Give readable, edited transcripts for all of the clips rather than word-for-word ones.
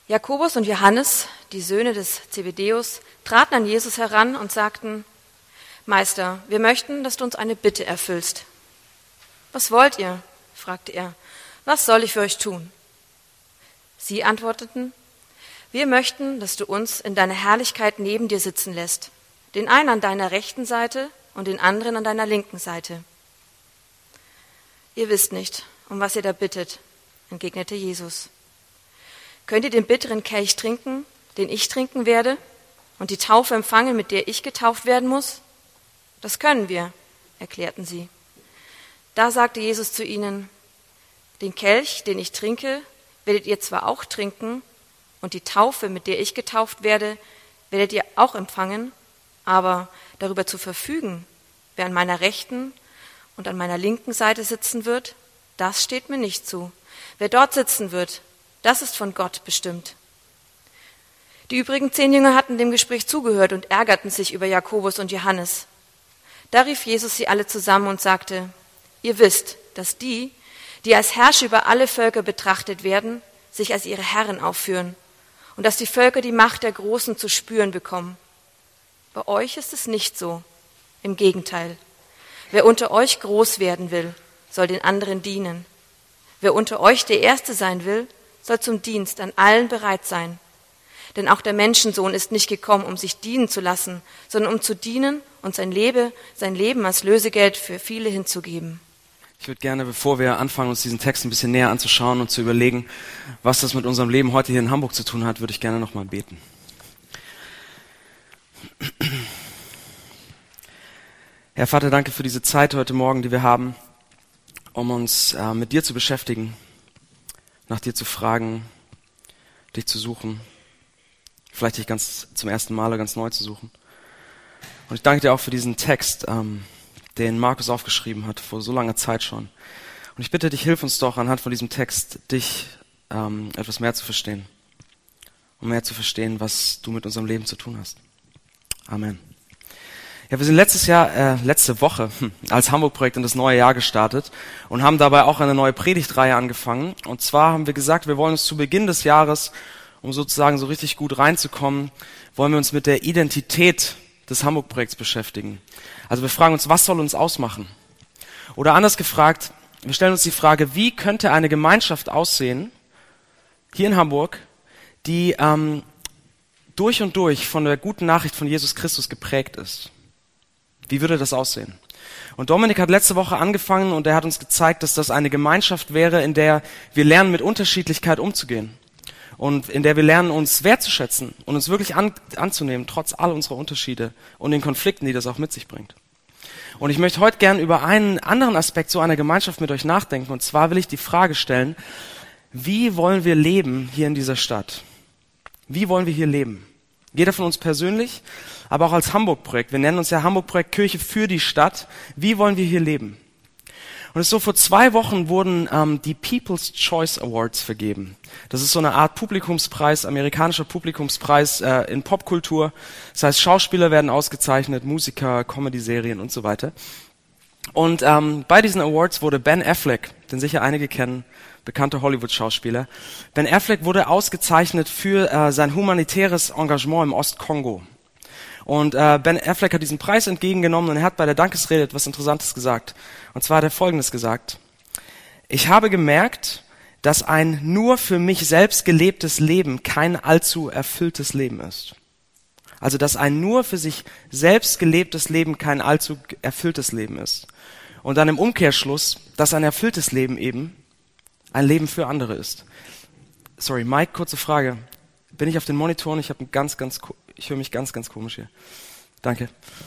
Jakobus und Johannes, die Söhne des Zebedäus, traten an Jesus heran und sagten: Meister, wir möchten, dass du uns eine Bitte erfüllst. Was wollt ihr? Fragte er. Was soll ich für euch tun? Sie antworteten: Wir möchten, dass du uns in deiner Herrlichkeit neben dir sitzen lässt, den einen an deiner rechten Seite und den anderen an deiner linken Seite. Ihr wisst nicht, um was ihr da bittet, entgegnete Jesus. Könnt ihr den bitteren Kelch trinken, den ich trinken werde, und die Taufe empfangen, mit der ich getauft werden muss? Das können wir, erklärten sie. Da sagte Jesus zu ihnen: Den Kelch, den ich trinke, werdet ihr zwar auch trinken, und die Taufe, mit der ich getauft werde, werdet ihr auch empfangen, aber darüber zu verfügen, wer an meiner rechten und an meiner linken Seite sitzen wird, das steht mir nicht zu. Wer dort sitzen wird, das ist von Gott bestimmt. Die übrigen 10 Jünger hatten dem Gespräch zugehört und ärgerten sich über Jakobus und Johannes. Da rief Jesus sie alle zusammen und sagte: Ihr wisst, dass die als Herrscher über alle Völker betrachtet werden, sich als ihre Herren aufführen und dass die Völker die Macht der Großen zu spüren bekommen. Bei euch ist es nicht so. Im Gegenteil. Wer unter euch groß werden will, soll den anderen dienen. Wer unter euch der Erste sein will, soll zum Dienst an allen bereit sein. Denn auch der Menschensohn ist nicht gekommen, um sich dienen zu lassen, sondern um zu dienen und sein Leben als Lösegeld für viele hinzugeben. Ich würde gerne, bevor wir anfangen, uns diesen Text ein bisschen näher anzuschauen und zu überlegen, was das mit unserem Leben heute hier in Hamburg zu tun hat, würde ich gerne nochmal beten. Herr Vater, danke für diese Zeit heute Morgen, die wir haben, um uns mit dir zu beschäftigen, nach dir zu fragen, dich zu suchen, vielleicht dich ganz zum ersten Mal oder ganz neu zu suchen. Und ich danke dir auch für diesen Text, den Markus aufgeschrieben hat, vor so langer Zeit schon. Und ich bitte dich, hilf uns doch anhand von diesem Text, dich etwas mehr zu verstehen. Um mehr zu verstehen, was du mit unserem Leben zu tun hast. Amen. Ja, wir sind letzte Woche als Hamburg-Projekt in das neue Jahr gestartet und haben dabei auch eine neue Predigtreihe angefangen. Und zwar haben wir gesagt, wir wollen uns zu Beginn des Jahres, um sozusagen so richtig gut reinzukommen, wollen wir uns mit der Identität des Hamburg-Projekts beschäftigen. Also wir fragen uns, was soll uns ausmachen? Oder anders gefragt, wir stellen uns die Frage, wie könnte eine Gemeinschaft aussehen, hier in Hamburg, die durch und durch von der guten Nachricht von Jesus Christus geprägt ist? Wie würde das aussehen? Und Dominik hat letzte Woche angefangen und er hat uns gezeigt, dass das eine Gemeinschaft wäre, in der wir lernen, mit Unterschiedlichkeit umzugehen. Und in der wir lernen, uns wertzuschätzen und uns wirklich anzunehmen, trotz all unserer Unterschiede und den Konflikten, die das auch mit sich bringt. Und ich möchte heute gern über einen anderen Aspekt so einer Gemeinschaft mit euch nachdenken. Und zwar will ich die Frage stellen, wie wollen wir leben hier in dieser Stadt? Wie wollen wir hier leben? Jeder von uns persönlich, aber auch als Hamburg-Projekt. Wir nennen uns ja Hamburg-Projekt Kirche für die Stadt. Wie wollen wir hier leben? Und es ist so, vor 2 Wochen wurden die People's Choice Awards vergeben. Das ist so eine Art Publikumspreis, amerikanischer Publikumspreis in Popkultur. Das heißt, Schauspieler werden ausgezeichnet, Musiker, Comedy-Serien und so weiter. Und bei diesen Awards wurde Ben Affleck, den sicher einige kennen, bekannter Hollywood-Schauspieler. Ben Affleck wurde ausgezeichnet für sein humanitäres Engagement im Ostkongo. Und Ben Affleck hat diesen Preis entgegengenommen und er hat bei der Dankesrede etwas Interessantes gesagt. Und zwar hat er Folgendes gesagt: Ich habe gemerkt, dass ein nur für mich selbst gelebtes Leben kein allzu erfülltes Leben ist. Also, dass ein nur für sich selbst gelebtes Leben kein allzu erfülltes Leben ist. Und dann im Umkehrschluss, dass ein erfülltes Leben eben ein Leben für andere ist. Sorry, Mike, kurze Frage. Bin ich auf den Monitoren? Ich höre mich ganz komisch hier. Danke.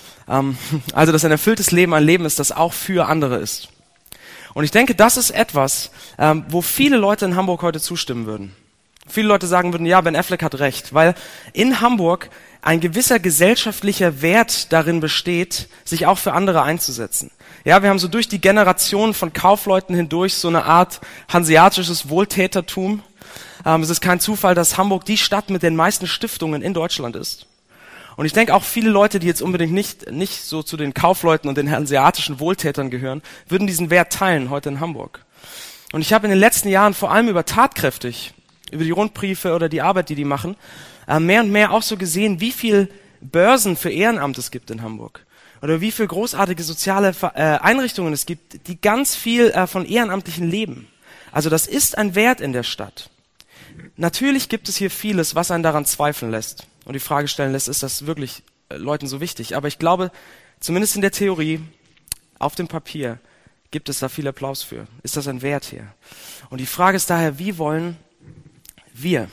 Also, dass ein erfülltes Leben ein Leben ist, das auch für andere ist. Und ich denke, das ist etwas, wo viele Leute in Hamburg heute zustimmen würden. Viele Leute sagen würden, ja, Ben Affleck hat recht, weil in Hamburg ein gewisser gesellschaftlicher Wert darin besteht, sich auch für andere einzusetzen. Ja, wir haben so durch die Generationen von Kaufleuten hindurch so eine Art hanseatisches Wohltätertum. Es ist kein Zufall, dass Hamburg die Stadt mit den meisten Stiftungen in Deutschland ist. Und ich denke auch viele Leute, die jetzt unbedingt nicht so zu den Kaufleuten und den hanseatischen Wohltätern gehören, würden diesen Wert teilen heute in Hamburg. Und ich habe in den letzten Jahren vor allem über Tatkräftig über die Rundbriefe oder die Arbeit, die machen, mehr und mehr auch so gesehen, wie viel Börsen für Ehrenamt es gibt in Hamburg. Oder wie viel großartige soziale Einrichtungen es gibt, die ganz viel von Ehrenamtlichen leben. Also das ist ein Wert in der Stadt. Natürlich gibt es hier vieles, was einen daran zweifeln lässt und die Frage stellen lässt, ist das wirklich Leuten so wichtig? Aber ich glaube, zumindest in der Theorie, auf dem Papier, gibt es da viel Applaus für. Ist das ein Wert hier? Und die Frage ist daher, wie wollen wir,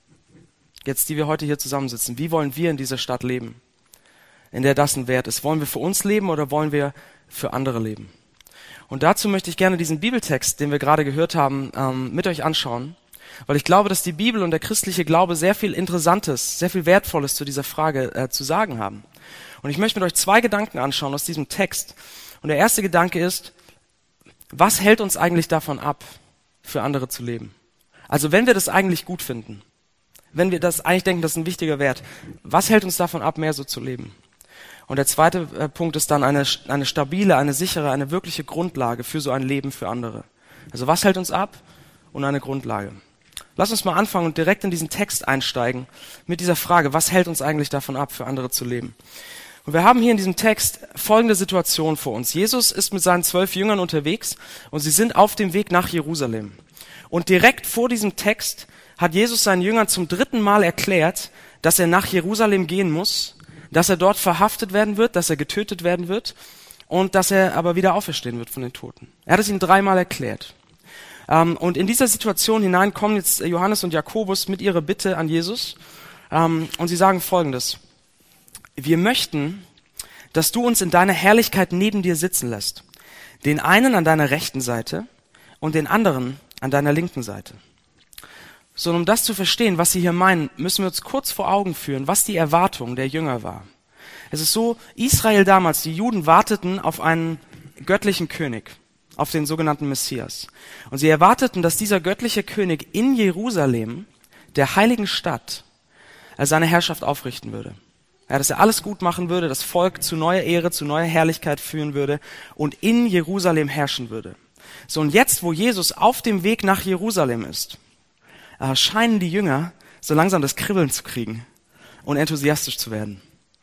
jetzt die wir heute hier zusammensitzen, wie wollen wir in dieser Stadt leben, in der das ein Wert ist? Wollen wir für uns leben oder wollen wir für andere leben? Und dazu möchte ich gerne diesen Bibeltext, den wir gerade gehört haben, mit euch anschauen, weil ich glaube, dass die Bibel und der christliche Glaube sehr viel Interessantes, sehr viel Wertvolles zu dieser Frage zu sagen haben. Und ich möchte mit euch 2 Gedanken anschauen aus diesem Text. Und der erste Gedanke ist, was hält uns eigentlich davon ab, für andere zu leben? Also wenn wir das eigentlich gut finden, wenn wir das eigentlich denken, das ist ein wichtiger Wert, was hält uns davon ab, mehr so zu leben? Und der zweite Punkt ist dann eine stabile, eine sichere, eine wirkliche Grundlage für so ein Leben für andere. Also was hält uns ab und eine Grundlage. Lass uns mal anfangen und direkt in diesen Text einsteigen mit dieser Frage, was hält uns eigentlich davon ab, für andere zu leben? Und wir haben hier in diesem Text folgende Situation vor uns. Jesus ist mit seinen 12 Jüngern unterwegs und sie sind auf dem Weg nach Jerusalem. Und direkt vor diesem Text hat Jesus seinen Jüngern zum 3. Mal erklärt, dass er nach Jerusalem gehen muss, dass er dort verhaftet werden wird, dass er getötet werden wird und dass er aber wieder auferstehen wird von den Toten. Er hat es ihnen 3 Mal erklärt. Und in dieser Situation hinein kommen jetzt Johannes und Jakobus mit ihrer Bitte an Jesus und sie sagen Folgendes: Wir möchten, dass du uns in deiner Herrlichkeit neben dir sitzen lässt, den einen an deiner rechten Seite und den anderen an deiner linken Seite. So, um das zu verstehen, was sie hier meinen, müssen wir uns kurz vor Augen führen, was die Erwartung der Jünger war. Es ist so, Israel damals, die Juden warteten auf einen göttlichen König, auf den sogenannten Messias. Und sie erwarteten, dass dieser göttliche König in Jerusalem, der heiligen Stadt, seine Herrschaft aufrichten würde. Ja, dass er alles gut machen würde, das Volk zu neuer Ehre, zu neuer Herrlichkeit führen würde und in Jerusalem herrschen würde. So, und jetzt, wo Jesus auf dem Weg nach Jerusalem ist, scheinen die Jünger so langsam das Kribbeln zu kriegen und enthusiastisch zu werden.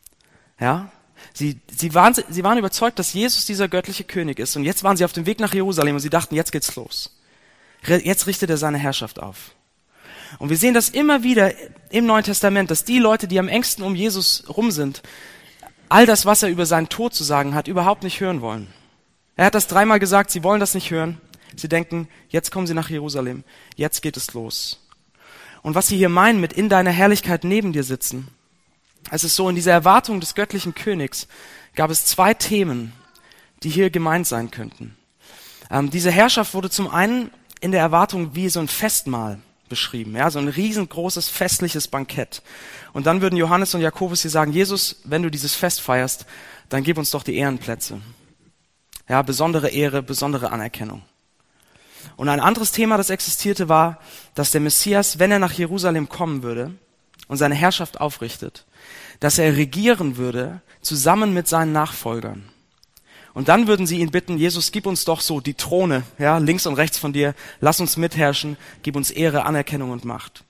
Ja? Sie waren überzeugt, dass Jesus dieser göttliche König ist. Und jetzt waren sie auf dem Weg nach Jerusalem und sie dachten, jetzt geht's los. Jetzt richtet er seine Herrschaft auf. Und wir sehen das immer wieder im Neuen Testament, dass die Leute, die am engsten um Jesus rum sind, all das, was er über seinen Tod zu sagen hat, überhaupt nicht hören wollen. Er hat das 3 Mal gesagt, sie wollen das nicht hören. Sie denken, jetzt kommen sie nach Jerusalem, jetzt geht es los. Und was sie hier meinen mit in deiner Herrlichkeit neben dir sitzen, es ist so, in dieser Erwartung des göttlichen Königs gab es 2 Themen, die hier gemeint sein könnten. Diese Herrschaft wurde zum einen in der Erwartung wie so ein Festmahl beschrieben, ja, so ein riesengroßes festliches Bankett. Und dann würden Johannes und Jakobus hier sagen, Jesus, wenn du dieses Fest feierst, dann gib uns doch die Ehrenplätze. Ja, besondere Ehre, besondere Anerkennung. Und ein anderes Thema, das existierte, war, dass der Messias, wenn er nach Jerusalem kommen würde und seine Herrschaft aufrichtet, dass er regieren würde, zusammen mit seinen Nachfolgern. Und dann würden sie ihn bitten, Jesus, gib uns doch so die Throne, ja, links und rechts von dir, lass uns mitherrschen, gib uns Ehre, Anerkennung und Macht.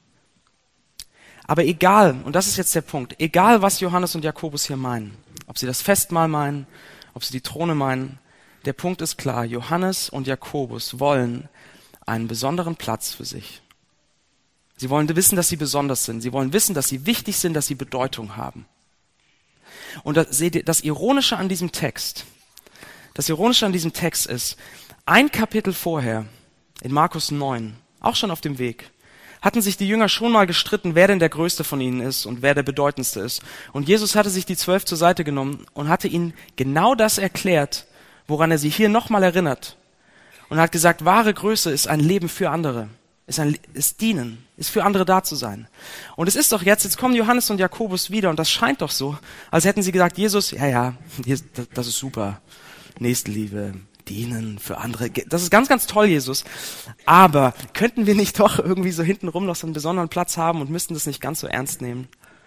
Aber egal, und das ist jetzt der Punkt, egal was Johannes und Jakobus hier meinen, ob sie das Festmahl meinen, ob sie die Throne meinen, der Punkt ist klar, Johannes und Jakobus wollen einen besonderen Platz für sich. Sie wollen wissen, dass sie besonders sind. Sie wollen wissen, dass sie wichtig sind, dass sie Bedeutung haben. Und das Ironische an diesem Text ist, ein Kapitel vorher, in Markus 9, auch schon auf dem Weg, hatten sich die Jünger schon mal gestritten, wer denn der Größte von ihnen ist und wer der Bedeutendste ist. Und Jesus hatte sich die 12 zur Seite genommen und hatte ihnen genau das erklärt, woran er sie hier nochmal erinnert. Und hat gesagt, wahre Größe ist ein Leben für andere, ist dienen, ist für andere da zu sein. Und es ist doch jetzt kommen Johannes und Jakobus wieder und das scheint doch so, als hätten sie gesagt, Jesus, ja, das ist super, Nächstenliebe, dienen für andere, das ist ganz, ganz toll, Jesus. Aber könnten wir nicht doch irgendwie so hintenrum noch so einen besonderen Platz haben und müssten das nicht ganz so ernst nehmen?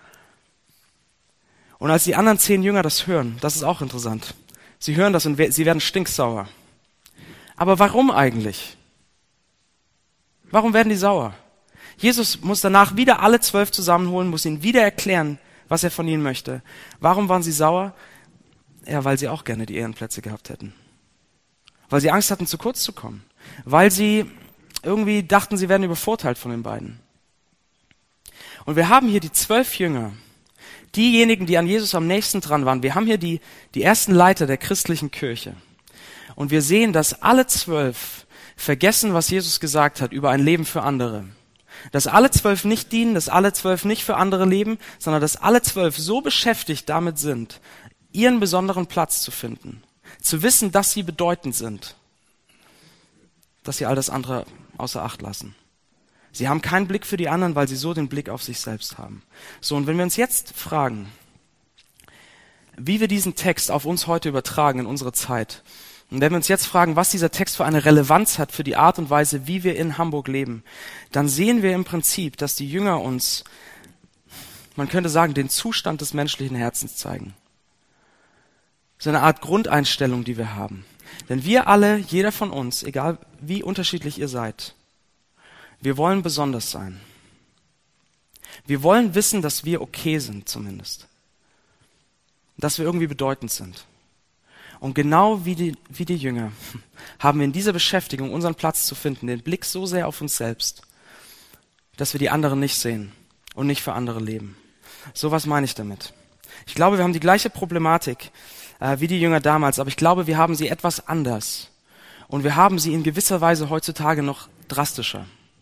Und als die anderen 10 Jünger das hören, das ist auch interessant. Sie hören das und sie werden stinksauer. Aber warum eigentlich? Warum werden die sauer? Jesus muss danach wieder alle 12 zusammenholen, muss ihnen wieder erklären, was er von ihnen möchte. Warum waren sie sauer? Ja, weil sie auch gerne die Ehrenplätze gehabt hätten. Weil sie Angst hatten, zu kurz zu kommen. Weil sie irgendwie dachten, sie werden übervorteilt von den beiden. Und wir haben hier die 12 Jünger, diejenigen, die an Jesus am nächsten dran waren. Wir haben hier die ersten Leiter der christlichen Kirche. Und wir sehen, dass alle 12 vergessen, was Jesus gesagt hat über ein Leben für andere. Dass alle 12 nicht dienen, dass alle 12 nicht für andere leben, sondern dass alle 12 so beschäftigt damit sind, ihren besonderen Platz zu finden, zu wissen, dass sie bedeutend sind, dass sie all das andere außer Acht lassen. Sie haben keinen Blick für die anderen, weil sie so den Blick auf sich selbst haben. So, und wenn wir uns jetzt fragen, wie wir diesen Text auf uns heute übertragen in unsere Zeit, und wenn wir uns jetzt fragen, was dieser Text für eine Relevanz hat für die Art und Weise, wie wir in Hamburg leben, dann sehen wir im Prinzip, dass die Jünger uns, man könnte sagen, den Zustand des menschlichen Herzens zeigen. So eine Art Grundeinstellung, die wir haben. Denn wir alle, jeder von uns, egal wie unterschiedlich ihr seid, wir wollen besonders sein. Wir wollen wissen, dass wir okay sind zumindest. Dass wir irgendwie bedeutend sind. Und genau wie die Jünger haben wir in dieser Beschäftigung unseren Platz zu finden, den Blick so sehr auf uns selbst, dass wir die anderen nicht sehen und nicht für andere leben. So was meine ich damit. Ich glaube, wir haben die gleiche Problematik wie die Jünger damals, aber ich glaube, wir haben sie etwas anders. Und wir haben sie in gewisser Weise heutzutage noch drastischer.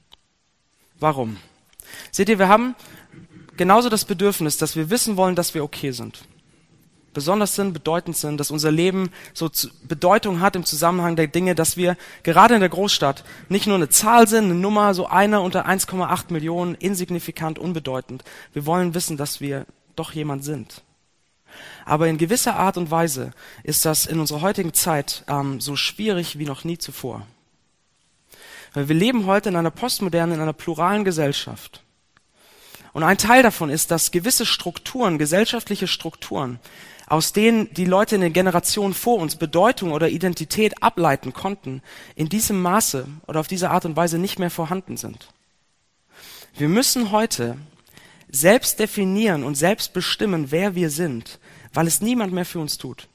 Warum? Seht ihr, wir haben genauso das Bedürfnis, dass wir wissen wollen, dass wir okay sind. Besonders sind, bedeutend sind, dass unser Leben so Bedeutung hat im Zusammenhang der Dinge, dass wir gerade in der Großstadt nicht nur eine Zahl sind, eine Nummer, so eine unter 1,8 Millionen, insignifikant, unbedeutend. Wir wollen wissen, dass wir doch jemand sind. Aber in gewisser Art und Weise ist das in unserer heutigen Zeit so schwierig wie noch nie zuvor. Weil wir leben heute in einer postmodernen, in einer pluralen Gesellschaft. Und ein Teil davon ist, dass gewisse Strukturen, gesellschaftliche Strukturen, aus denen die Leute in den Generationen vor uns Bedeutung oder Identität ableiten konnten, in diesem Maße oder auf diese Art und Weise nicht mehr vorhanden sind. Wir müssen heute selbst definieren und selbst bestimmen, wer wir sind, weil es niemand mehr für uns tut.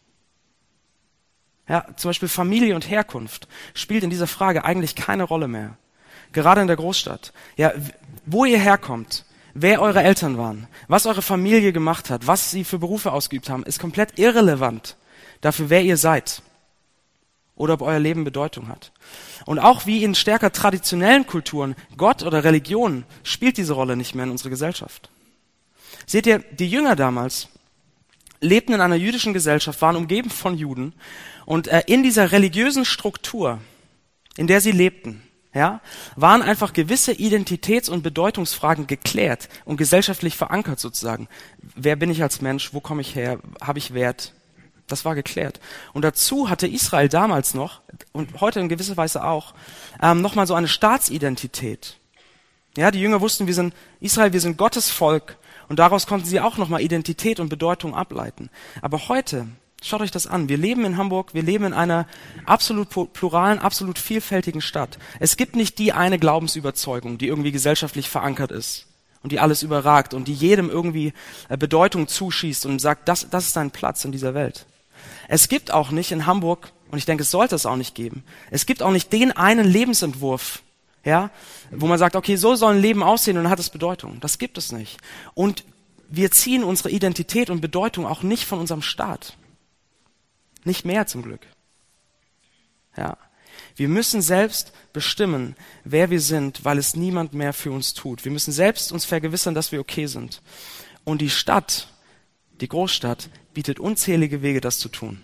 Ja, zum Beispiel Familie und Herkunft spielt in dieser Frage eigentlich keine Rolle mehr. Gerade in der Großstadt. Ja, wo ihr herkommt, wer eure Eltern waren, was eure Familie gemacht hat, was sie für Berufe ausgeübt haben, ist komplett irrelevant dafür, wer ihr seid oder ob euer Leben Bedeutung hat. Und auch wie in stärker traditionellen Kulturen, Gott oder Religion spielt diese Rolle nicht mehr in unserer Gesellschaft. Seht ihr, die Jünger damals lebten in einer jüdischen Gesellschaft, waren umgeben von Juden und in dieser religiösen Struktur, in der sie lebten, ja, waren einfach gewisse Identitäts- und Bedeutungsfragen geklärt und gesellschaftlich verankert sozusagen. Wer bin ich als Mensch? Wo komme ich her? Habe ich Wert? Das war geklärt. Und dazu hatte Israel damals noch, und heute in gewisser Weise auch, nochmal so eine Staatsidentität. Ja, die Jünger wussten, wir sind Israel, wir sind Gottes Volk. Und daraus konnten sie auch nochmal Identität und Bedeutung ableiten. Aber heute, schaut euch das an, wir leben in Hamburg, wir leben in einer absolut pluralen, absolut vielfältigen Stadt. Es gibt nicht die eine Glaubensüberzeugung, die irgendwie gesellschaftlich verankert ist und die alles überragt und die jedem irgendwie Bedeutung zuschießt und sagt, das ist dein Platz in dieser Welt. Es gibt auch nicht in Hamburg, und ich denke, es sollte es auch nicht geben, es gibt auch nicht den einen Lebensentwurf, ja, wo man sagt, okay, so soll ein Leben aussehen und dann hat es Bedeutung. Das gibt es nicht. Und wir ziehen unsere Identität und Bedeutung auch nicht von unserem Staat. Nicht mehr zum Glück. Ja. Wir müssen selbst bestimmen, wer wir sind, weil es niemand mehr für uns tut. Wir müssen selbst uns vergewissern, dass wir okay sind. Und die Stadt, die Großstadt, bietet unzählige Wege, das zu tun.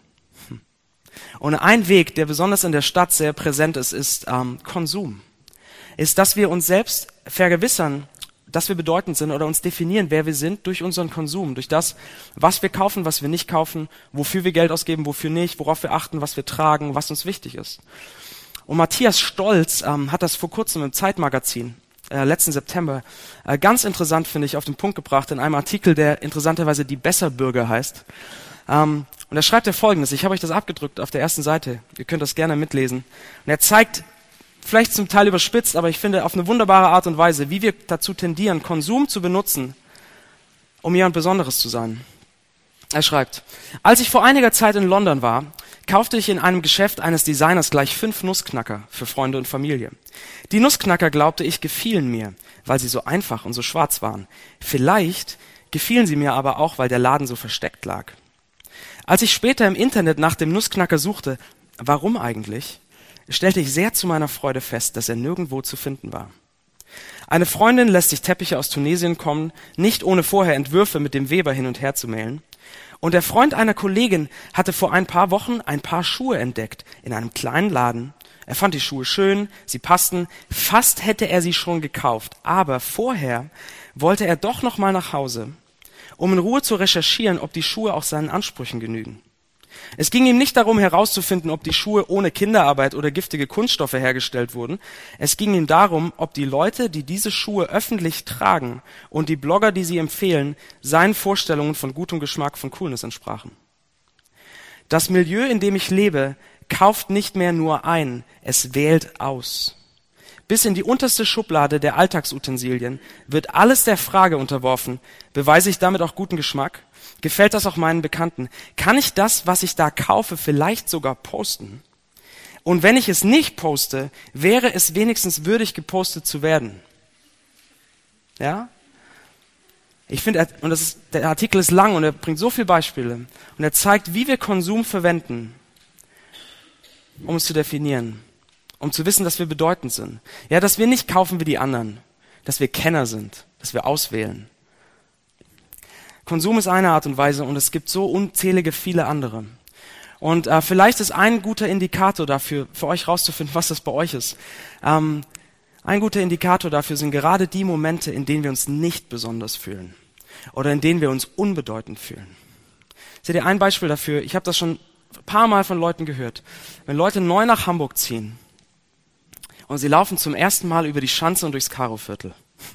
Und ein Weg, der besonders in der Stadt sehr präsent ist, ist Konsum. Ist, dass wir uns selbst vergewissern, dass wir bedeutend sind oder uns definieren, wer wir sind, durch unseren Konsum, durch das, was wir kaufen, was wir nicht kaufen, wofür wir Geld ausgeben, wofür nicht, worauf wir achten, was wir tragen, was uns wichtig ist. Und Matthias Stolz hat das vor kurzem im Zeitmagazin, letzten September, ganz interessant, finde ich, auf den Punkt gebracht, in einem Artikel, der interessanterweise Die Besserbürger heißt. Und da schreibt er Folgendes, ich habe euch das abgedrückt auf der ersten Seite, ihr könnt das gerne mitlesen. Und er zeigt vielleicht zum Teil überspitzt, aber ich finde auf eine wunderbare Art und Weise, wie wir dazu tendieren, Konsum zu benutzen, um jemand Besonderes zu sein. Er schreibt, als ich vor einiger Zeit in London war, kaufte ich in einem Geschäft eines Designers gleich 5 Nussknacker für Freunde und Familie. Die Nussknacker, glaubte ich, gefielen mir, weil sie so einfach und so schwarz waren. Vielleicht gefielen sie mir aber auch, weil der Laden so versteckt lag. Als ich später im Internet nach dem Nussknacker suchte, warum eigentlich, stellte ich sehr zu meiner Freude fest, dass er nirgendwo zu finden war. Eine Freundin lässt sich Teppiche aus Tunesien kommen, nicht ohne vorher Entwürfe mit dem Weber hin und her zu mailen. Und der Freund einer Kollegin hatte vor ein paar Wochen ein Paar Schuhe entdeckt in einem kleinen Laden. Er fand die Schuhe schön, sie passten, fast hätte er sie schon gekauft. Aber vorher wollte er doch noch mal nach Hause, um in Ruhe zu recherchieren, ob die Schuhe auch seinen Ansprüchen genügen. Es ging ihm nicht darum herauszufinden, ob die Schuhe ohne Kinderarbeit oder giftige Kunststoffe hergestellt wurden. Es ging ihm darum, ob die Leute, die diese Schuhe öffentlich tragen und die Blogger, die sie empfehlen, seinen Vorstellungen von gutem Geschmack, von Coolness entsprachen. Das Milieu, in dem ich lebe, kauft nicht mehr nur ein, es wählt aus. Bis in die unterste Schublade der Alltagsutensilien wird alles der Frage unterworfen, beweise ich damit auch guten Geschmack? Gefällt das auch meinen Bekannten? Kann ich das, was ich da kaufe, vielleicht sogar posten? Und wenn ich es nicht poste, wäre es wenigstens würdig, gepostet zu werden. Ja? Ich finde, der Artikel ist lang und er bringt so viele Beispiele. Und er zeigt, wie wir Konsum verwenden, um es zu definieren. Um zu wissen, dass wir bedeutend sind. Ja, dass wir nicht kaufen wie die anderen. Dass wir Kenner sind. Dass wir auswählen. Konsum ist eine Art und Weise und es gibt so unzählige viele andere. Und vielleicht ist ein guter Indikator dafür, für euch rauszufinden, was das bei euch ist. Ein guter Indikator dafür sind gerade die Momente, in denen wir uns nicht besonders fühlen. Oder in denen wir uns unbedeutend fühlen. Seht ihr ein Beispiel dafür? Ich habe das schon ein paar Mal von Leuten gehört. Wenn Leute neu nach Hamburg ziehen und sie laufen zum ersten Mal über die Schanze und durchs Karoviertel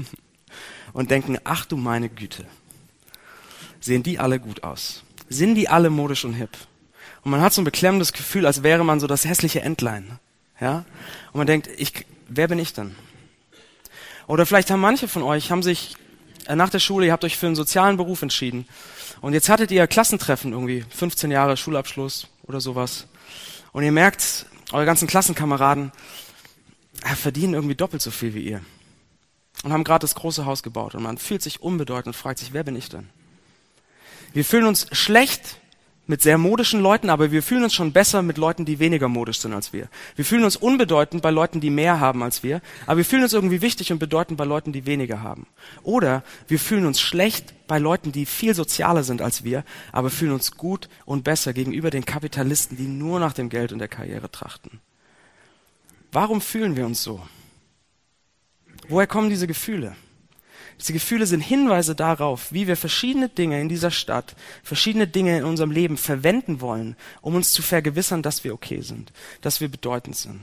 und denken, ach du meine Güte. Sehen die alle gut aus? Sind die alle modisch und hip? Und man hat so ein beklemmendes Gefühl, als wäre man so das hässliche Entlein. Ja? Und man denkt, wer bin ich denn? Oder vielleicht haben manche von euch, haben sich nach der Schule, ihr habt euch für einen sozialen Beruf entschieden. Und jetzt hattet ihr Klassentreffen irgendwie, 15 Jahre Schulabschluss oder sowas. Und ihr merkt, eure ganzen Klassenkameraden verdienen irgendwie doppelt so viel wie ihr. Und haben gerade das große Haus gebaut. Und man fühlt sich unbedeutend und fragt sich, wer bin ich denn? Wir fühlen uns schlecht mit sehr modischen Leuten, aber wir fühlen uns schon besser mit Leuten, die weniger modisch sind als wir. Wir fühlen uns unbedeutend bei Leuten, die mehr haben als wir, aber wir fühlen uns irgendwie wichtig und bedeutend bei Leuten, die weniger haben. Oder wir fühlen uns schlecht bei Leuten, die viel sozialer sind als wir, aber fühlen uns gut und besser gegenüber den Kapitalisten, die nur nach dem Geld und der Karriere trachten. Warum fühlen wir uns so? Woher kommen diese Gefühle? Diese Gefühle sind Hinweise darauf, wie wir verschiedene Dinge in dieser Stadt, verschiedene Dinge in unserem Leben verwenden wollen, um uns zu vergewissern, dass wir okay sind, dass wir bedeutend sind.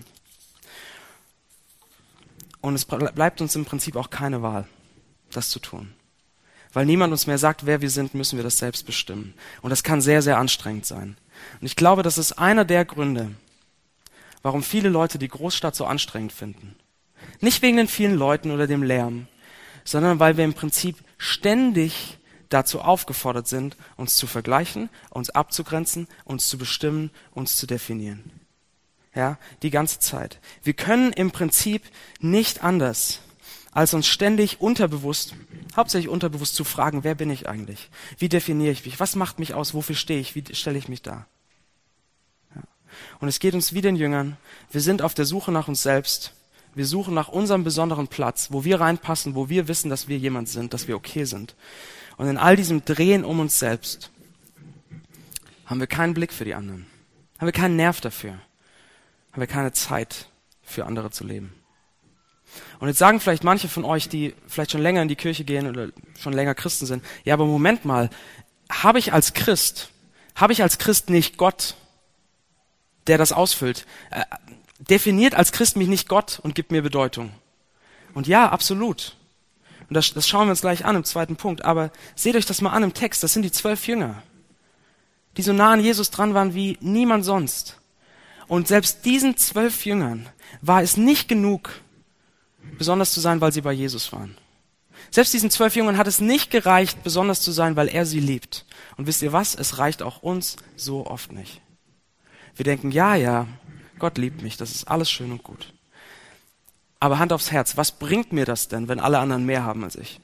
Und es bleibt uns im Prinzip auch keine Wahl, das zu tun. Weil niemand uns mehr sagt, wer wir sind, müssen wir das selbst bestimmen. Und das kann sehr, sehr anstrengend sein. Und ich glaube, das ist einer der Gründe, warum viele Leute die Großstadt so anstrengend finden. Nicht wegen den vielen Leuten oder dem Lärm, sondern weil wir im Prinzip ständig dazu aufgefordert sind, uns zu vergleichen, uns abzugrenzen, uns zu bestimmen, uns zu definieren. Ja, die ganze Zeit. Wir können im Prinzip nicht anders, als uns ständig hauptsächlich unterbewusst zu fragen, wer bin ich eigentlich? Wie definiere ich mich? Was macht mich aus? Wofür stehe ich? Wie stelle ich mich dar? Ja. Und es geht uns wie den Jüngern. Wir sind auf der Suche nach uns selbst. Wir suchen nach unserem besonderen Platz, wo wir reinpassen, wo wir wissen, dass wir jemand sind, dass wir okay sind. Und in all diesem Drehen um uns selbst haben wir keinen Blick für die anderen. Haben wir keinen Nerv dafür. Haben wir keine Zeit für andere zu leben. Und jetzt sagen vielleicht manche von euch, die vielleicht schon länger in die Kirche gehen oder schon länger Christen sind, ja, aber Moment mal, habe ich als Christ nicht Gott, der das ausfüllt? Definiert als Christ mich nicht Gott und gibt mir Bedeutung? Und ja, absolut. Und das schauen wir uns gleich an im zweiten Punkt. Aber seht euch das mal an im Text. Das sind die 12 Jünger, die so nah an Jesus dran waren wie niemand sonst. Und selbst diesen 12 Jüngern war es nicht genug, besonders zu sein, weil sie bei Jesus waren. Selbst diesen 12 Jüngern hat es nicht gereicht, besonders zu sein, weil er sie liebt. Und wisst ihr was? Es reicht auch uns so oft nicht. Wir denken, ja, Gott liebt mich, das ist alles schön und gut. Aber Hand aufs Herz, was bringt mir das denn, wenn alle anderen mehr haben als ich?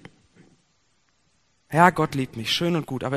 Ja, Gott liebt mich, schön und gut, aber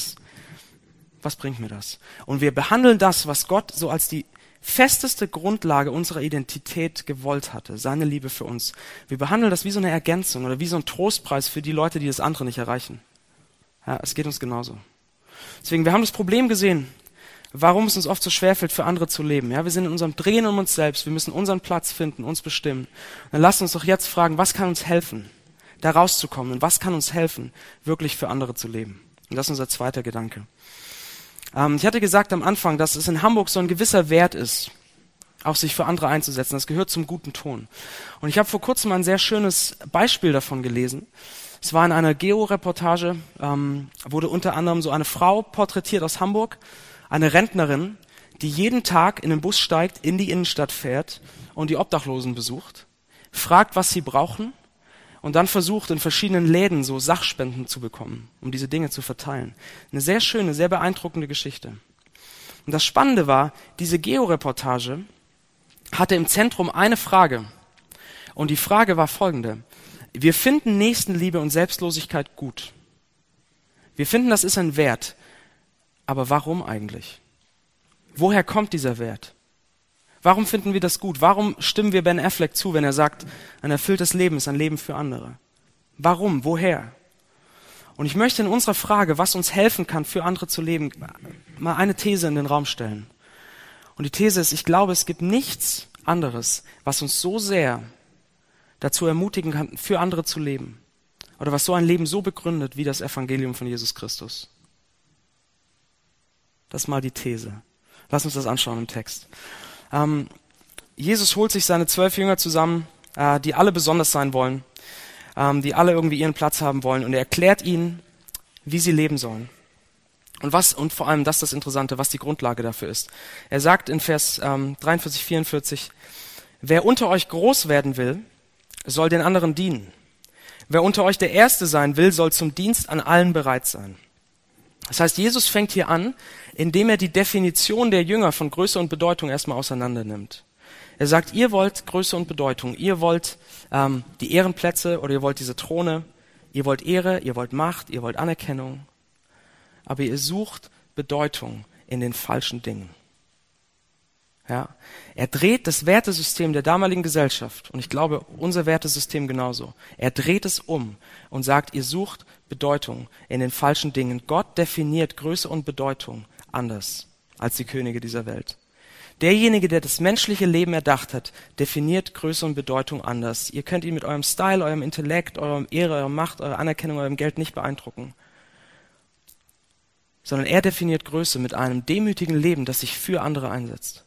was bringt mir das? Und wir behandeln das, was Gott so als die festeste Grundlage unserer Identität gewollt hatte, seine Liebe für uns. Wir behandeln das wie so eine Ergänzung oder wie so ein Trostpreis für die Leute, die das andere nicht erreichen. Ja, es geht uns genauso. Deswegen, wir haben das Problem gesehen, warum es uns oft so schwerfällt, für andere zu leben. Ja, wir sind in unserem Drehen um uns selbst, wir müssen unseren Platz finden, uns bestimmen. Dann lasst uns doch jetzt fragen, was kann uns helfen, da rauszukommen und was kann uns helfen, wirklich für andere zu leben. Und das ist unser zweiter Gedanke. Ich hatte gesagt am Anfang, dass es in Hamburg so ein gewisser Wert ist, auch sich für andere einzusetzen. Das gehört zum guten Ton. Und ich habe vor kurzem ein sehr schönes Beispiel davon gelesen. Es war in einer Geo-Reportage, wurde unter anderem so eine Frau porträtiert aus Hamburg, eine Rentnerin, die jeden Tag in den Bus steigt, in die Innenstadt fährt und die Obdachlosen besucht, fragt, was sie brauchen und dann versucht, in verschiedenen Läden so Sachspenden zu bekommen, um diese Dinge zu verteilen. Eine sehr schöne, sehr beeindruckende Geschichte. Und das Spannende war, diese Geo-Reportage hatte im Zentrum eine Frage. Und die Frage war folgende. Wir finden Nächstenliebe und Selbstlosigkeit gut. Wir finden, das ist ein Wert. Aber warum eigentlich? Woher kommt dieser Wert? Warum finden wir das gut? Warum stimmen wir Ben Affleck zu, wenn er sagt, ein erfülltes Leben ist ein Leben für andere? Warum? Woher? Und ich möchte in unserer Frage, was uns helfen kann, für andere zu leben, mal eine These in den Raum stellen. Und die These ist, ich glaube, es gibt nichts anderes, was uns so sehr dazu ermutigen kann, für andere zu leben. Oder was so ein Leben so begründet, wie das Evangelium von Jesus Christus. Das ist mal die These. Lass uns das anschauen im Text. Jesus holt sich seine 12 Jünger zusammen, die alle besonders sein wollen, die alle irgendwie ihren Platz haben wollen, und er erklärt ihnen, wie sie leben sollen. Und vor allem, das ist das Interessante, was die Grundlage dafür ist. Er sagt in Vers 43, 44, wer unter euch groß werden will, soll den anderen dienen. Wer unter euch der Erste sein will, soll zum Dienst an allen bereit sein. Das heißt, Jesus fängt hier an, indem er die Definition der Jünger von Größe und Bedeutung erstmal auseinander nimmt. Er sagt, ihr wollt Größe und Bedeutung, ihr wollt die Ehrenplätze oder ihr wollt diese Throne, ihr wollt Ehre, ihr wollt Macht, ihr wollt Anerkennung, aber ihr sucht Bedeutung in den falschen Dingen. Ja? Er dreht das Wertesystem der damaligen Gesellschaft, und ich glaube, unser Wertesystem genauso, er dreht es um und sagt, ihr sucht Bedeutung in den falschen Dingen. Gott definiert Größe und Bedeutung anders als die Könige dieser Welt. Derjenige, der das menschliche Leben erdacht hat, definiert Größe und Bedeutung anders. Ihr könnt ihn mit eurem Style, eurem Intellekt, eurem Ehre, eurer Macht, eurer Anerkennung, eurem Geld nicht beeindrucken. Sondern er definiert Größe mit einem demütigen Leben, das sich für andere einsetzt.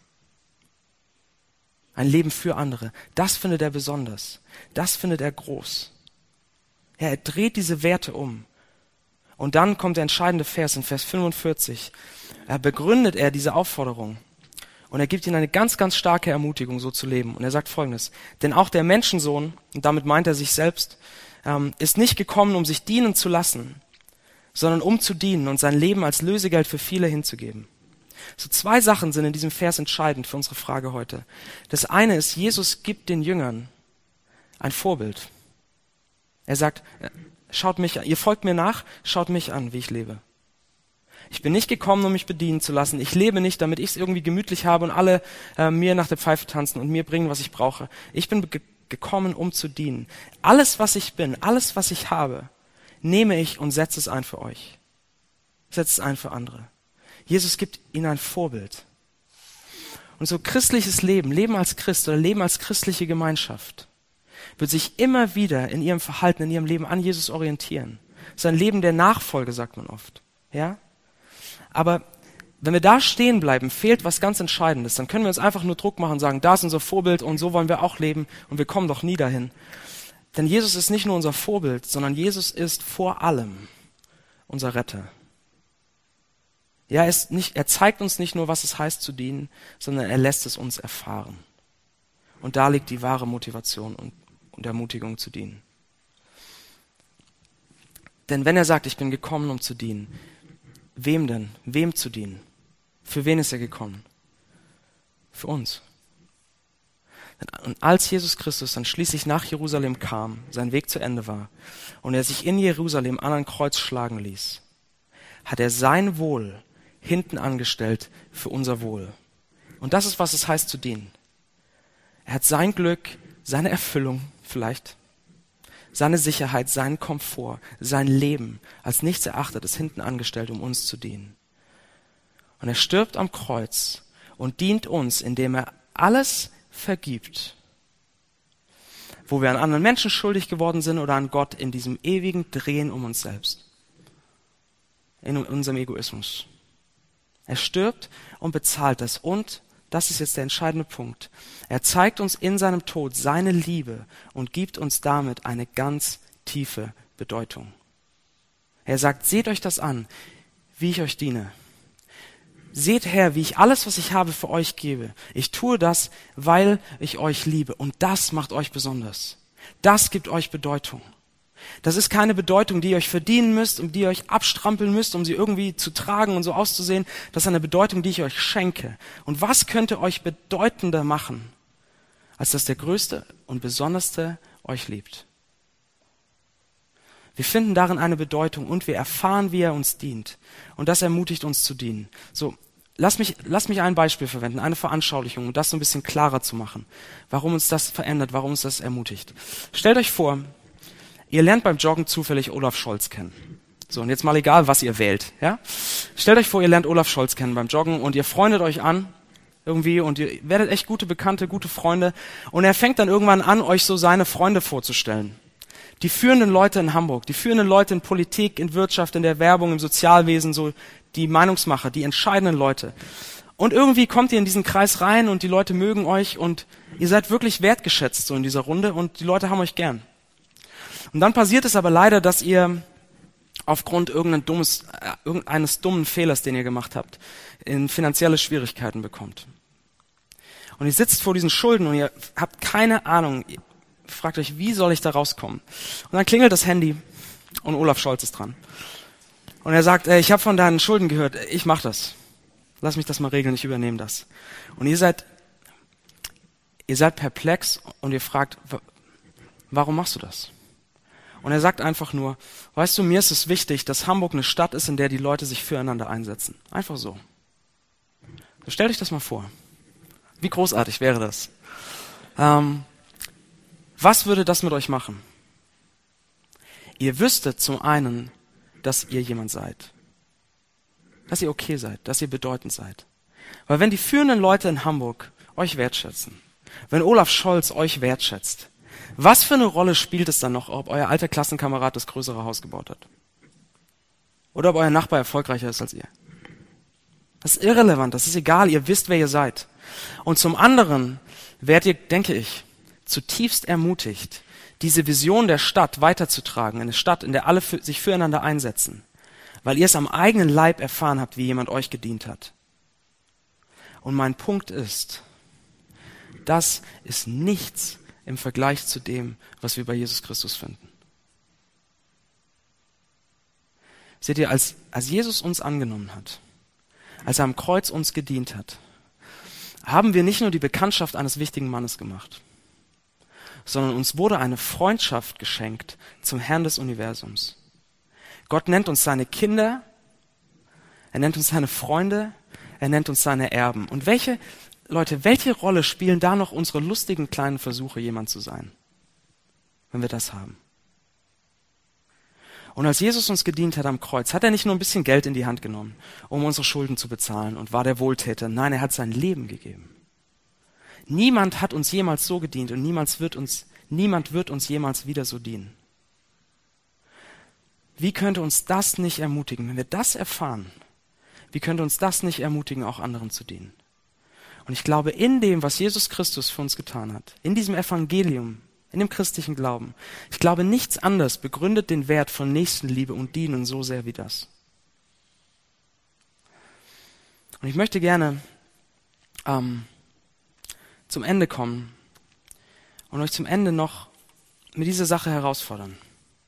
Ein Leben für andere. Das findet er besonders. Das findet er groß. Ja, er dreht diese Werte um. Und dann kommt der entscheidende Vers in Vers 45. Begründet er diese Aufforderung. Und er gibt ihnen eine ganz, ganz starke Ermutigung, so zu leben. Und er sagt Folgendes. Denn auch der Menschensohn, und damit meint er sich selbst, ist nicht gekommen, um sich dienen zu lassen, sondern um zu dienen und sein Leben als Lösegeld für viele hinzugeben. So 2 Sachen sind in diesem Vers entscheidend für unsere Frage heute. Das eine ist, Jesus gibt den Jüngern ein Vorbild. Er sagt, schaut mich an, ihr folgt mir nach, schaut mich an, wie ich lebe. Ich bin nicht gekommen, um mich bedienen zu lassen. Ich lebe nicht, damit ich es irgendwie gemütlich habe und alle mir nach der Pfeife tanzen und mir bringen, was ich brauche. Ich bin gekommen, um zu dienen. Alles, was ich bin, alles, was ich habe, nehme ich und setze es ein für euch. Setze es ein für andere. Jesus gibt ihnen ein Vorbild. Und so christliches Leben, Leben als Christ oder Leben als christliche Gemeinschaft, wird sich immer wieder in ihrem Verhalten, in ihrem Leben an Jesus orientieren. Es ist ein Leben der Nachfolge, sagt man oft. Ja? Aber wenn wir da stehen bleiben, fehlt was ganz Entscheidendes. Dann können wir uns einfach nur Druck machen und sagen, da ist unser Vorbild und so wollen wir auch leben und wir kommen doch nie dahin. Denn Jesus ist nicht nur unser Vorbild, sondern Jesus ist vor allem unser Retter. Ja, er zeigt uns nicht nur, was es heißt zu dienen, sondern er lässt es uns erfahren. Und da liegt die wahre Motivation und Ermutigung zu dienen. Denn wenn er sagt, ich bin gekommen, um zu dienen, wem denn? Wem zu dienen? Für wen ist er gekommen? Für uns. Und als Jesus Christus dann schließlich nach Jerusalem kam, sein Weg zu Ende war und er sich in Jerusalem an ein Kreuz schlagen ließ, hat er sein Wohl hinten angestellt für unser Wohl. Und das ist, was es heißt zu dienen. Er hat sein Glück, seine Erfüllung vielleicht, seine Sicherheit, seinen Komfort, sein Leben als nichts Erachtetes hinten angestellt, um uns zu dienen. Und er stirbt am Kreuz und dient uns, indem er alles vergibt, wo wir an anderen Menschen schuldig geworden sind oder an Gott in diesem ewigen Drehen um uns selbst, in unserem Egoismus. Er stirbt und bezahlt das. Und, das ist jetzt der entscheidende Punkt, er zeigt uns in seinem Tod seine Liebe und gibt uns damit eine ganz tiefe Bedeutung. Er sagt, seht euch das an, wie ich euch diene. Seht her, wie ich alles, was ich habe, für euch gebe. Ich tue das, weil ich euch liebe. Und das macht euch besonders. Das gibt euch Bedeutung. Das ist keine Bedeutung, die ihr euch verdienen müsst, um die ihr euch abstrampeln müsst, um sie irgendwie zu tragen und so auszusehen. Das ist eine Bedeutung, die ich euch schenke. Und was könnte euch bedeutender machen, als dass der Größte und Besonderste euch liebt? Wir finden darin eine Bedeutung und wir erfahren, wie er uns dient. Und das ermutigt uns zu dienen. So, lass mich ein Beispiel verwenden, eine Veranschaulichung, um das so ein bisschen klarer zu machen, warum uns das verändert, warum uns das ermutigt. Stellt euch vor, ihr lernt beim Joggen zufällig Olaf Scholz kennen. So, und jetzt mal egal, was ihr wählt. Ja? Stellt euch vor, ihr lernt Olaf Scholz kennen beim Joggen und ihr freundet euch an irgendwie und ihr werdet echt gute Bekannte, gute Freunde. Und er fängt dann irgendwann an, euch so seine Freunde vorzustellen. Die führenden Leute in Hamburg, die führenden Leute in Politik, in Wirtschaft, in der Werbung, im Sozialwesen, so die Meinungsmacher, die entscheidenden Leute. Und irgendwie kommt ihr in diesen Kreis rein und die Leute mögen euch und ihr seid wirklich wertgeschätzt so in dieser Runde und die Leute haben euch gern. Und dann passiert es aber leider, dass ihr aufgrund irgendeines dummen Fehlers, den ihr gemacht habt, in finanzielle Schwierigkeiten bekommt. Und ihr sitzt vor diesen Schulden und ihr habt keine Ahnung, ihr fragt euch, wie soll ich da rauskommen? Und dann klingelt das Handy und Olaf Scholz ist dran. Und er sagt, ich habe von deinen Schulden gehört, ich mache das. Lass mich das mal regeln, ich übernehme das. Und ihr seid perplex und ihr fragt, warum machst du das? Und er sagt einfach nur, weißt du, mir ist es wichtig, dass Hamburg eine Stadt ist, in der die Leute sich füreinander einsetzen. Einfach so. Stellt euch das mal vor. Wie großartig wäre das? Was würde das mit euch machen? Ihr wüsstet zum einen, dass ihr jemand seid. Dass ihr okay seid, dass ihr bedeutend seid. Weil wenn die führenden Leute in Hamburg euch wertschätzen, wenn Olaf Scholz euch wertschätzt, was für eine Rolle spielt es dann noch, ob euer alter Klassenkamerad das größere Haus gebaut hat? Oder ob euer Nachbar erfolgreicher ist als ihr? Das ist irrelevant, das ist egal, ihr wisst, wer ihr seid. Und zum anderen werdet ihr, denke ich, zutiefst ermutigt, diese Vision der Stadt weiterzutragen, eine Stadt, in der alle sich füreinander einsetzen, weil ihr es am eigenen Leib erfahren habt, wie jemand euch gedient hat. Und mein Punkt ist, das ist nichts im Vergleich zu dem, was wir bei Jesus Christus finden. Seht ihr, als Jesus uns angenommen hat, als er am Kreuz uns gedient hat, haben wir nicht nur die Bekanntschaft eines wichtigen Mannes gemacht, sondern uns wurde eine Freundschaft geschenkt zum Herrn des Universums. Gott nennt uns seine Kinder, er nennt uns seine Freunde, er nennt uns seine Erben. Und welche Rolle spielen da noch unsere lustigen kleinen Versuche, jemand zu sein, wenn wir das haben? Und als Jesus uns gedient hat am Kreuz, hat er nicht nur ein bisschen Geld in die Hand genommen, um unsere Schulden zu bezahlen und war der Wohltäter. Nein, er hat sein Leben gegeben. Niemand hat uns jemals so gedient und niemand wird uns jemals wieder so dienen. Wie könnte uns das nicht ermutigen, wenn wir das erfahren? Wie könnte uns das nicht ermutigen, auch anderen zu dienen? Und ich glaube, in dem, was Jesus Christus für uns getan hat, in diesem Evangelium, in dem christlichen Glauben, ich glaube, nichts anderes begründet den Wert von Nächstenliebe und Dienen so sehr wie das. Und ich möchte gerne zum Ende kommen und euch zum Ende noch mit dieser Sache herausfordern.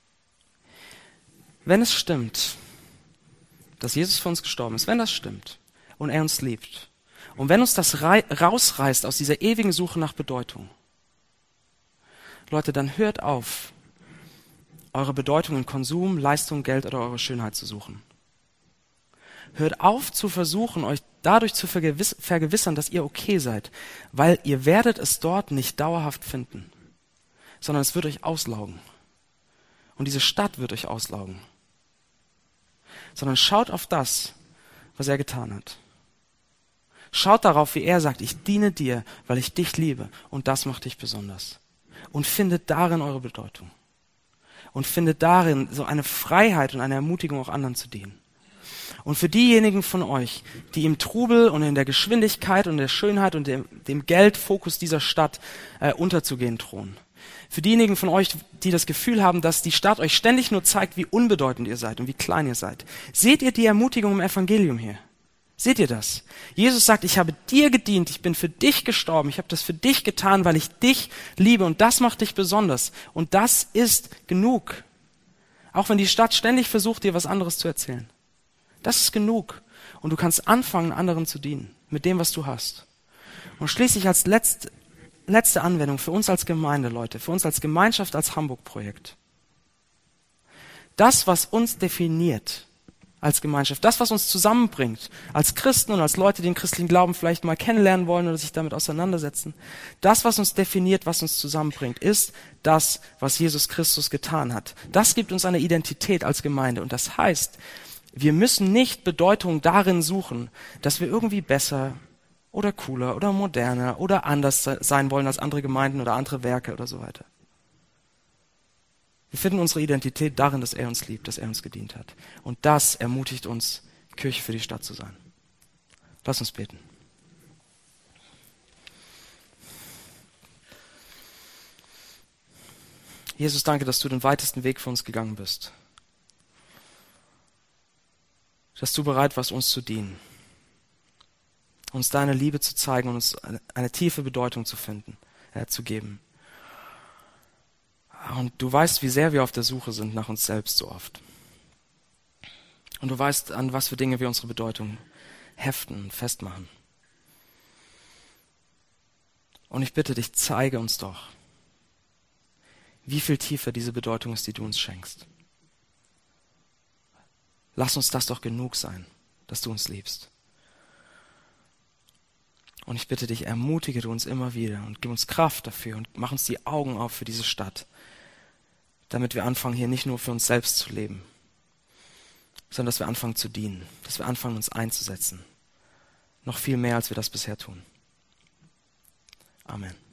Wenn es stimmt, dass Jesus für uns gestorben ist, wenn das stimmt und er uns liebt und wenn uns das rausreißt aus dieser ewigen Suche nach Bedeutung, Leute, dann hört auf, eure Bedeutung in Konsum, Leistung, Geld oder eure Schönheit zu suchen. Hört auf zu versuchen, euch dadurch zu vergewissern, dass ihr okay seid, weil ihr werdet es dort nicht dauerhaft finden, sondern es wird euch auslaugen. Und diese Stadt wird euch auslaugen. Sondern schaut auf das, was er getan hat. Schaut darauf, wie er sagt, ich diene dir, weil ich dich liebe und das macht dich besonders. Und findet darin eure Bedeutung. Und findet darin so eine Freiheit und eine Ermutigung, auch anderen zu dienen. Und für diejenigen von euch, die im Trubel und in der Geschwindigkeit und der Schönheit und dem Geldfokus dieser Stadt unterzugehen drohen. Für diejenigen von euch, die das Gefühl haben, dass die Stadt euch ständig nur zeigt, wie unbedeutend ihr seid und wie klein ihr seid. Seht ihr die Ermutigung im Evangelium hier? Seht ihr das? Jesus sagt, ich habe dir gedient, ich bin für dich gestorben, ich habe das für dich getan, weil ich dich liebe und das macht dich besonders. Und das ist genug. Auch wenn die Stadt ständig versucht, dir was anderes zu erzählen. Das ist genug. Und du kannst anfangen, anderen zu dienen, mit dem, was du hast. Und schließlich als letzte Anwendung für uns als Gemeinde, Leute, für uns als Gemeinschaft, als Hamburg-Projekt. Das, was uns definiert als Gemeinschaft, das, was uns zusammenbringt, als Christen und als Leute, die den christlichen Glauben vielleicht mal kennenlernen wollen oder sich damit auseinandersetzen, das, was uns definiert, was uns zusammenbringt, ist das, was Jesus Christus getan hat. Das gibt uns eine Identität als Gemeinde. Und das heißt, wir müssen nicht Bedeutung darin suchen, dass wir irgendwie besser oder cooler oder moderner oder anders sein wollen als andere Gemeinden oder andere Werke oder so weiter. Wir finden unsere Identität darin, dass er uns liebt, dass er uns gedient hat. Und das ermutigt uns, Kirche für die Stadt zu sein. Lass uns beten. Jesus, danke, dass du den weitesten Weg für uns gegangen bist. Dass du bereit warst, uns zu dienen. Uns deine Liebe zu zeigen und uns eine tiefe Bedeutung zu geben. Und du weißt, wie sehr wir auf der Suche sind nach uns selbst so oft. Und du weißt, an was für Dinge wir unsere Bedeutung heften und festmachen. Und ich bitte dich, zeige uns doch, wie viel tiefer diese Bedeutung ist, die du uns schenkst. Lass uns das doch genug sein, dass du uns liebst. Und ich bitte dich, ermutige du uns immer wieder und gib uns Kraft dafür und mach uns die Augen auf für diese Stadt, damit wir anfangen, hier nicht nur für uns selbst zu leben, sondern dass wir anfangen zu dienen, dass wir anfangen, uns einzusetzen. Noch viel mehr, als wir das bisher tun. Amen.